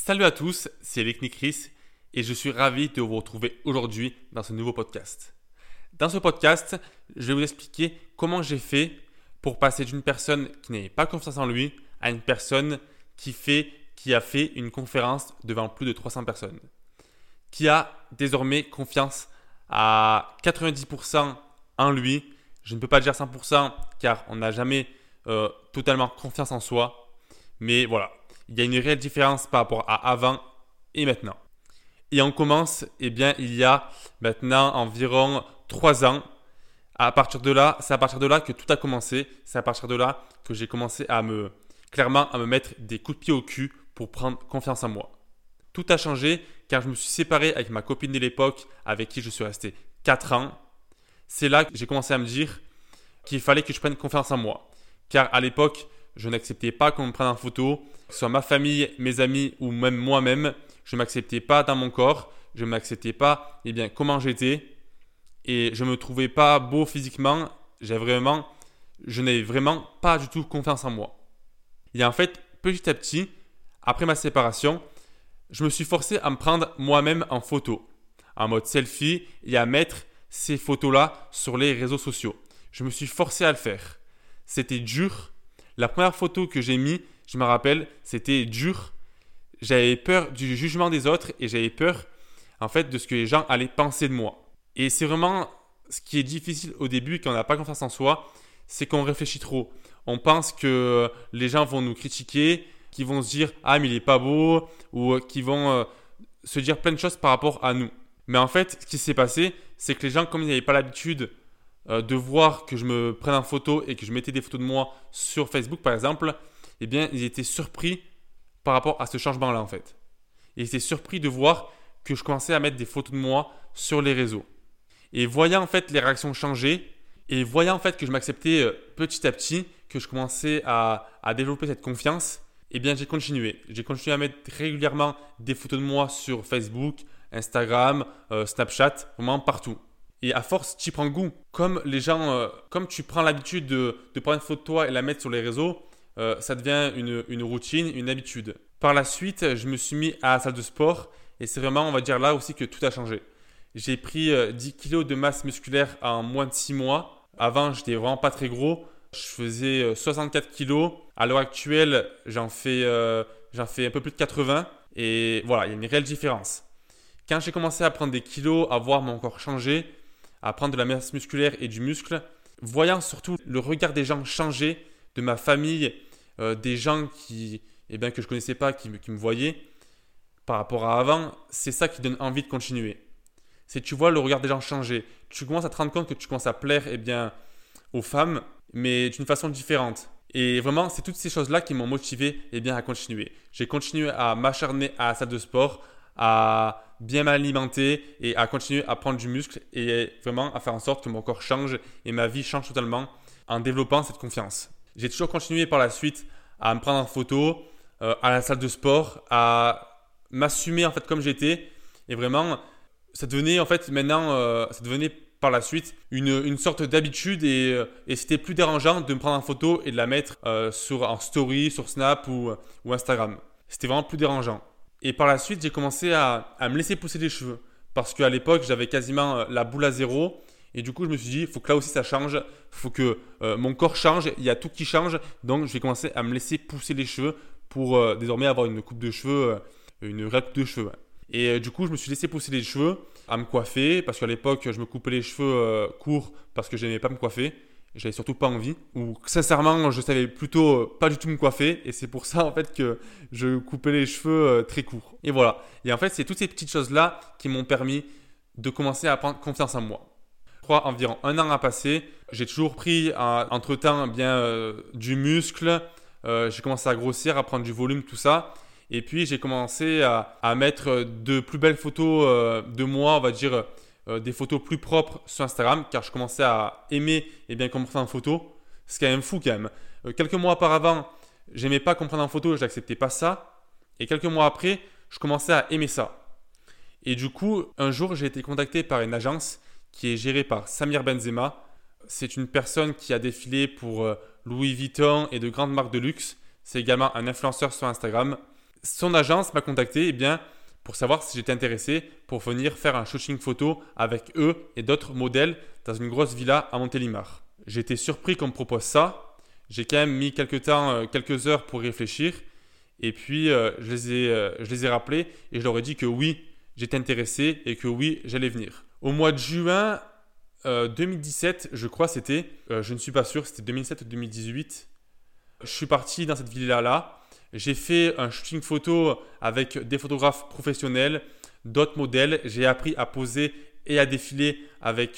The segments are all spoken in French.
Salut à tous, c'est Lekni Chris et je suis ravi de vous retrouver aujourd'hui dans ce nouveau podcast. Dans ce podcast, je vais vous expliquer comment j'ai fait pour passer d'une personne qui n'avait pas confiance en lui à une personne qui a fait une conférence devant plus de 300 personnes, qui a désormais confiance à 90% en lui. Je ne peux pas dire 100% car on n'a jamais totalement confiance en soi, mais voilà. Il y a une réelle différence par rapport à avant et maintenant. Et on commence, il y a maintenant environ 3 ans. C'est à partir de là que tout a commencé. C'est à partir de là que j'ai commencé à me mettre des coups de pied au cul pour prendre confiance en moi. Tout a changé car je me suis séparé avec ma copine de l'époque avec qui je suis resté 4 ans. C'est là que j'ai commencé à me dire qu'il fallait que je prenne confiance en moi. Car à l'époque, je n'acceptais pas qu'on me prenne en photo, que ce soit ma famille, mes amis ou même moi-même. Je ne m'acceptais pas dans mon corps, je ne m'acceptais pas comment j'étais et je ne me trouvais pas beau physiquement. Je n'avais vraiment pas du tout confiance en moi. Et en fait, petit à petit, après ma séparation, je me suis forcé à me prendre moi-même en photo, en mode selfie et à mettre ces photos-là sur les réseaux sociaux. Je me suis forcé à le faire. C'était dur. La première photo que j'ai mise, je me rappelle, c'était dur. J'avais peur du jugement des autres et j'avais peur en fait de ce que les gens allaient penser de moi. Et c'est vraiment ce qui est difficile au début quand on n'a pas confiance en soi, c'est qu'on réfléchit trop. On pense que les gens vont nous critiquer, qu'ils vont se dire « Ah mais il est pas beau » ou qu'ils vont se dire plein de choses par rapport à nous. Mais en fait, ce qui s'est passé, c'est que les gens, comme ils n'avaient pas l'habitude de voir que je me prenais en photo et que je mettais des photos de moi sur Facebook par exemple, ils étaient surpris par rapport à ce changement-là en fait. Et ils étaient surpris de voir que je commençais à mettre des photos de moi sur les réseaux. Et voyant en fait les réactions changer et voyant en fait que je m'acceptais petit à petit, que je commençais à développer cette confiance, j'ai continué. J'ai continué à mettre régulièrement des photos de moi sur Facebook, Instagram, Snapchat, vraiment partout. Et à force, tu y prends goût. Comme les gens, comme tu prends l'habitude de prendre une photo de toi et la mettre sur les réseaux, ça devient une routine, une habitude. Par la suite, je me suis mis à la salle de sport et c'est vraiment, on va dire là aussi que tout a changé. J'ai pris 10 kilos de masse musculaire en moins de 6 mois. Avant, j'étais vraiment pas très gros. Je faisais 64 kilos. À l'heure actuelle, j'en fais un peu plus de 80. Et voilà, il y a une réelle différence. Quand j'ai commencé à prendre des kilos, à voir mon corps changer, à prendre de la masse musculaire et du muscle, voyant surtout le regard des gens changer, de ma famille, des gens que je connaissais pas, qui me voyaient par rapport à avant, c'est ça qui donne envie de continuer. C'est tu vois le regard des gens changer. Tu commences à te rendre compte que tu commences à plaire aux femmes, mais d'une façon différente. Et vraiment, c'est toutes ces choses-là qui m'ont motivé à continuer. J'ai continué à m'acharner à la salle de sport, à bien m'alimenter et à continuer à prendre du muscle et vraiment à faire en sorte que mon corps change et ma vie change totalement en développant cette confiance. J'ai toujours continué par la suite à me prendre en photo, à la salle de sport, à m'assumer en fait comme j'étais et vraiment ça devenait en fait maintenant ça devenait par la suite une sorte d'habitude et c'était plus dérangeant de me prendre en photo et de la mettre en story, sur Snap ou Instagram. C'était vraiment plus dérangeant. Et par la suite, j'ai commencé à me laisser pousser les cheveux. Parce qu'à l'époque, j'avais quasiment la boule à zéro. Et du coup, je me suis dit, il faut que là aussi ça change. Il faut que mon corps change. Il y a tout qui change. Donc, je vais commencer à me laisser pousser les cheveux pour désormais avoir une coupe de cheveux, une vraie coupe de cheveux. Et du coup, je me suis laissé pousser les cheveux, à me coiffer. Parce qu'à l'époque, je me coupais les cheveux courts parce que je n'aimais pas me coiffer. J'avais surtout pas envie. Ou sincèrement, je savais plutôt pas du tout me coiffer. Et c'est pour ça en fait que je coupais les cheveux très courts. Et voilà. Et en fait, c'est toutes ces petites choses-là qui m'ont permis de commencer à prendre confiance en moi. Je crois environ 1 an a passé. J'ai toujours pris entre-temps du muscle. J'ai commencé à grossir, à prendre du volume, tout ça. Et puis, j'ai commencé à mettre de plus belles photos de moi, on va dire des photos plus propres sur Instagram, car je commençais à aimer qu'on me prenne en photo. C'est quand même fou quand même. Quelques mois auparavant, j'aimais pas qu'on me prenne en photo, je n'acceptais pas ça. Et quelques mois après, je commençais à aimer ça. Et du coup, un jour, j'ai été contacté par une agence qui est gérée par Samir Benzema. C'est une personne qui a défilé pour Louis Vuitton et de grandes marques de luxe. C'est également un influenceur sur Instagram. Son agence m'a contacté pour savoir si j'étais intéressé pour venir faire un shooting photo avec eux et d'autres modèles dans une grosse villa à Montélimar. J'ai été surpris qu'on me propose ça. J'ai quand même mis quelques heures pour y réfléchir. Et puis, je les ai rappelés et je leur ai dit que oui, j'étais intéressé et que oui, j'allais venir. Au mois de juin 2017, je crois c'était, je ne suis pas sûr, c'était 2017 ou 2018. Je suis parti dans cette villa-là. J'ai fait un shooting photo avec des photographes professionnels, d'autres modèles. J'ai appris à poser et à défiler avec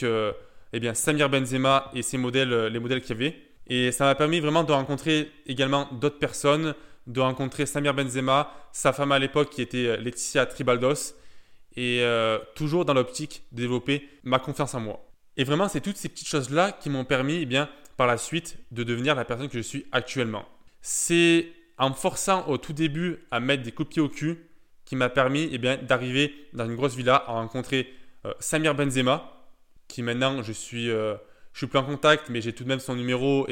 Samir Benzema et ses modèles, les modèles qu'il y avait. Et ça m'a permis vraiment de rencontrer également d'autres personnes, de rencontrer Samir Benzema, sa femme à l'époque qui était Laetitia Tribaldos, et toujours dans l'optique de développer ma confiance en moi. Et vraiment, c'est toutes ces petites choses-là qui m'ont permis par la suite de devenir la personne que je suis actuellement. C'est en me forçant au tout début à mettre des coups de pied au cul qui m'a permis d'arriver dans une grosse villa à rencontrer Samir Benzema, qui maintenant je suis plus en contact, mais j'ai tout de même son numéro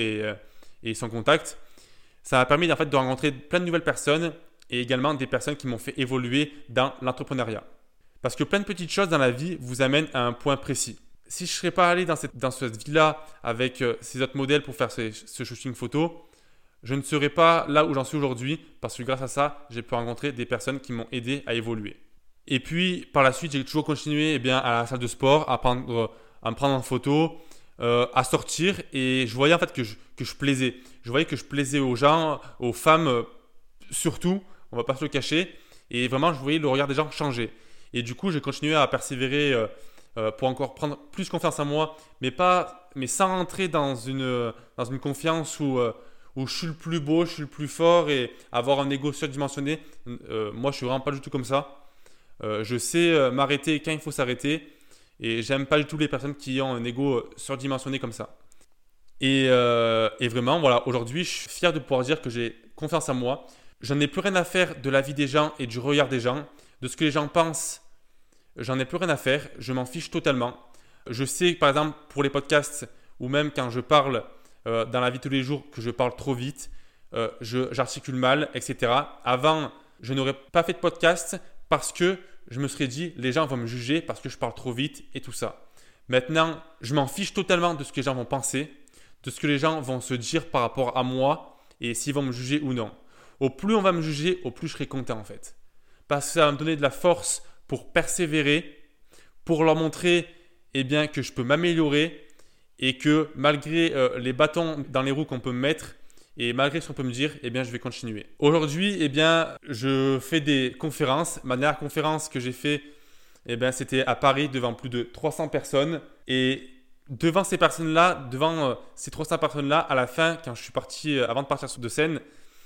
et son contact. Ça m'a permis en fait de rencontrer plein de nouvelles personnes et également des personnes qui m'ont fait évoluer dans l'entrepreneuriat. Parce que plein de petites choses dans la vie vous amènent à un point précis. Si je ne serais pas allé dans cette villa avec ces autres modèles pour faire ce shooting photo, je ne serais pas là où j'en suis aujourd'hui parce que grâce à ça, j'ai pu rencontrer des personnes qui m'ont aidé à évoluer. Et puis, par la suite, j'ai toujours continué à la salle de sport, à me prendre en photo, à sortir. Et je voyais en fait que je plaisais. Je voyais que je plaisais aux gens, aux femmes surtout, on ne va pas se le cacher. Et vraiment, je voyais le regard des gens changer. Et du coup, j'ai continué à persévérer pour encore prendre plus confiance en moi, mais sans rentrer dans une confiance où je suis le plus beau, je suis le plus fort et avoir un ego surdimensionné. Moi, je suis vraiment pas du tout comme ça. Je sais m'arrêter quand il faut s'arrêter et j'aime pas du tout les personnes qui ont un ego surdimensionné comme ça. Et vraiment, voilà, aujourd'hui, je suis fier de pouvoir dire que j'ai confiance en moi. J'en ai plus rien à faire de la vie des gens et du regard des gens, de ce que les gens pensent. J'en ai plus rien à faire, je m'en fiche totalement. Je sais, par exemple, pour les podcasts ou même quand je parle dans la vie de tous les jours que je parle trop vite, j'articule mal, etc. Avant, je n'aurais pas fait de podcast parce que je me serais dit les gens vont me juger parce que je parle trop vite et tout ça. Maintenant, je m'en fiche totalement de ce que les gens vont penser, de ce que les gens vont se dire par rapport à moi et s'ils vont me juger ou non. Au plus on va me juger, au plus je serai content en fait. Parce que ça va me donner de la force pour persévérer, pour leur montrer que je peux m'améliorer et que malgré les bâtons dans les roues qu'on peut me mettre et malgré ce qu'on peut me dire, je vais continuer. Aujourd'hui, je fais des conférences. Ma dernière conférence que j'ai fait, c'était à Paris devant plus de 300 personnes. Et devant ces personnes-là, ces 300 personnes-là, à la fin, quand je suis parti, avant de partir de scène,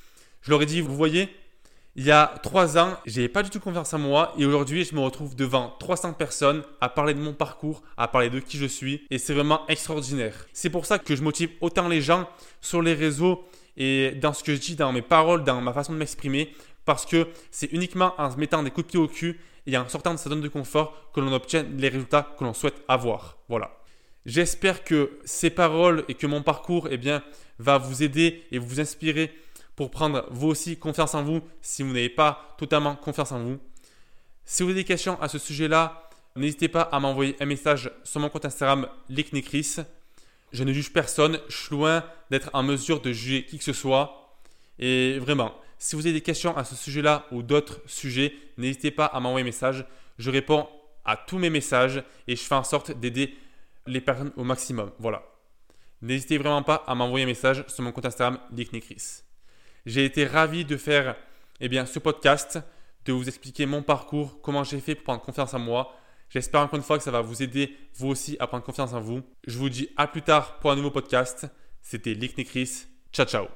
je leur ai dit, vous voyez, il y a 3 ans, je n'avais pas du tout confiance en moi et aujourd'hui, je me retrouve devant 300 personnes à parler de mon parcours, à parler de qui je suis et c'est vraiment extraordinaire. C'est pour ça que je motive autant les gens sur les réseaux et dans ce que je dis, dans mes paroles, dans ma façon de m'exprimer parce que c'est uniquement en se mettant des coups de pied au cul et en sortant de sa zone de confort que l'on obtient les résultats que l'on souhaite avoir. Voilà. J'espère que ces paroles et que mon parcours va vous aider et vous inspirer pour prendre vous aussi confiance en vous si vous n'avez pas totalement confiance en vous. Si vous avez des questions à ce sujet-là, n'hésitez pas à m'envoyer un message sur mon compte Instagram LickNickRis. Je ne juge personne, je suis loin d'être en mesure de juger qui que ce soit. Et vraiment, si vous avez des questions à ce sujet-là ou d'autres sujets, n'hésitez pas à m'envoyer un message. Je réponds à tous mes messages et je fais en sorte d'aider les personnes au maximum. Voilà. N'hésitez vraiment pas à m'envoyer un message sur mon compte Instagram LickNickRis. J'ai été ravi de faire ce podcast, de vous expliquer mon parcours, comment j'ai fait pour prendre confiance en moi. J'espère encore une fois que ça va vous aider, vous aussi, à prendre confiance en vous. Je vous dis à plus tard pour un nouveau podcast. C'était LickNickRis. Ciao, ciao.